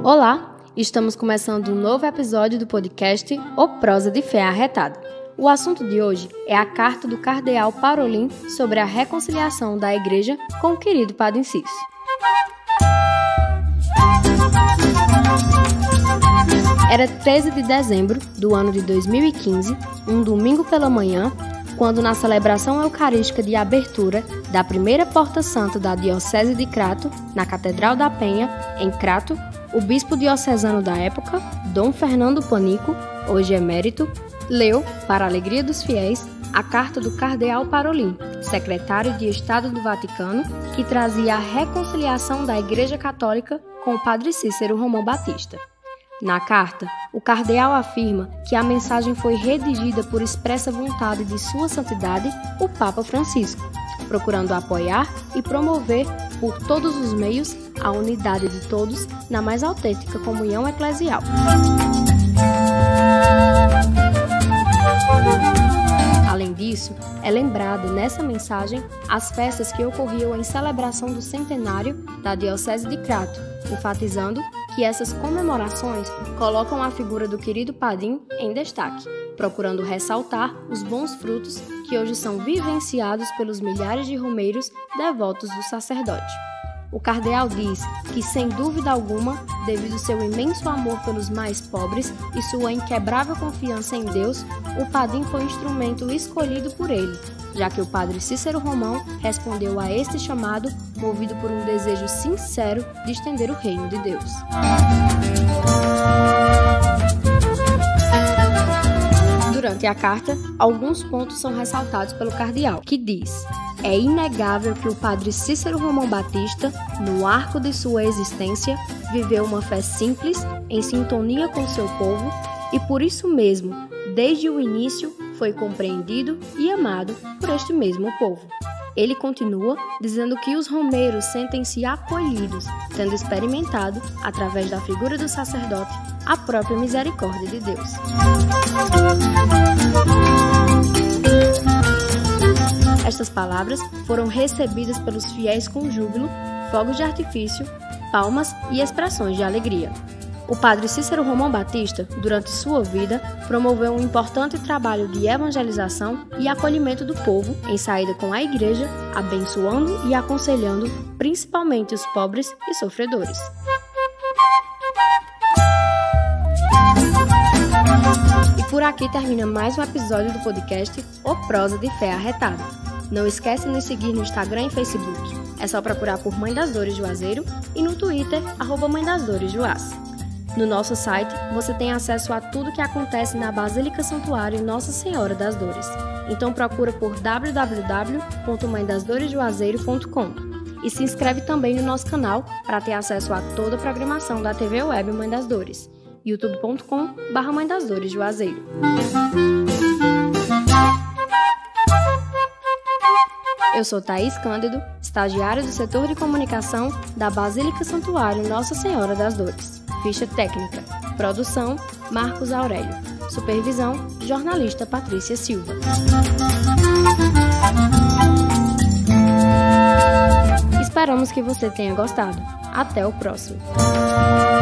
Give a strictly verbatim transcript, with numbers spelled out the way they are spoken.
Olá, estamos começando um novo episódio do podcast O Prosa de Fé Arretada. O assunto de hoje é a carta do cardeal Parolin sobre a reconciliação da Igreja com o querido Padre Cícero. Era treze de dezembro do ano de dois mil e quinze, um domingo pela manhã, quando na celebração eucarística de abertura da primeira Porta Santa da Diocese de Crato, na Catedral da Penha, em Crato, o bispo diocesano da época, Dom Fernando Panico, hoje emérito, leu, para a alegria dos fiéis, a carta do cardeal Parolin, secretário de Estado do Vaticano, que trazia a reconciliação da Igreja Católica com o Padre Cícero Romão Batista. Na carta, o cardeal afirma que a mensagem foi redigida por expressa vontade de Sua Santidade, o Papa Francisco, procurando apoiar e promover por todos os meios a unidade de todos na mais autêntica comunhão eclesial. Além disso, é lembrado nessa mensagem as festas que ocorriam em celebração do centenário da Diocese de Crato, enfatizando que essas comemorações colocam a figura do querido Padrinho em destaque, procurando ressaltar os bons frutos que hoje são vivenciados pelos milhares de romeiros devotos do sacerdote. O cardeal diz que, sem dúvida alguma, devido ao seu imenso amor pelos mais pobres e sua inquebrável confiança em Deus, o Padrinho foi instrumento escolhido por ele, já que o Padre Cícero Romão respondeu a este chamado movido por um desejo sincero de estender o reino de Deus. Durante a carta, alguns pontos são ressaltados pelo cardeal, que diz: é inegável que o Padre Cícero Romão Batista, no arco de sua existência, viveu uma fé simples, em sintonia com seu povo, e por isso mesmo, desde o início, foi compreendido e amado por este mesmo povo. Ele continua dizendo que os romeiros sentem-se acolhidos, tendo experimentado, através da figura do sacerdote, a própria misericórdia de Deus. Estas palavras foram recebidas pelos fiéis com júbilo, fogos de artifício, palmas e expressões de alegria. O Padre Cícero Romão Batista, durante sua vida, promoveu um importante trabalho de evangelização e acolhimento do povo em saída com a Igreja, abençoando e aconselhando principalmente os pobres e sofredores. E por aqui termina mais um episódio do podcast O Prosa de Fé Arretada. Não esquece de nos seguir no Instagram e Facebook. É só procurar por Mãe das Dores Juazeiro e no Twitter, arroba Mãe das Dores Juaz. No nosso site, você tem acesso a tudo que acontece na Basílica Santuário Nossa Senhora das Dores. Então procura por w w w ponto mãe das dores juazeiro ponto com e se inscreve também no nosso canal para ter acesso a toda a programação da T V Web Mãe das Dores, youtube ponto com barra Mãe das Dores Juazeiro. Eu sou Thaís Cândido, estagiária do setor de comunicação da Basílica Santuário Nossa Senhora das Dores. Ficha técnica. Produção, Marcos Aurélio. Supervisão, jornalista Patrícia Silva. Esperamos que você tenha gostado. Até o próximo.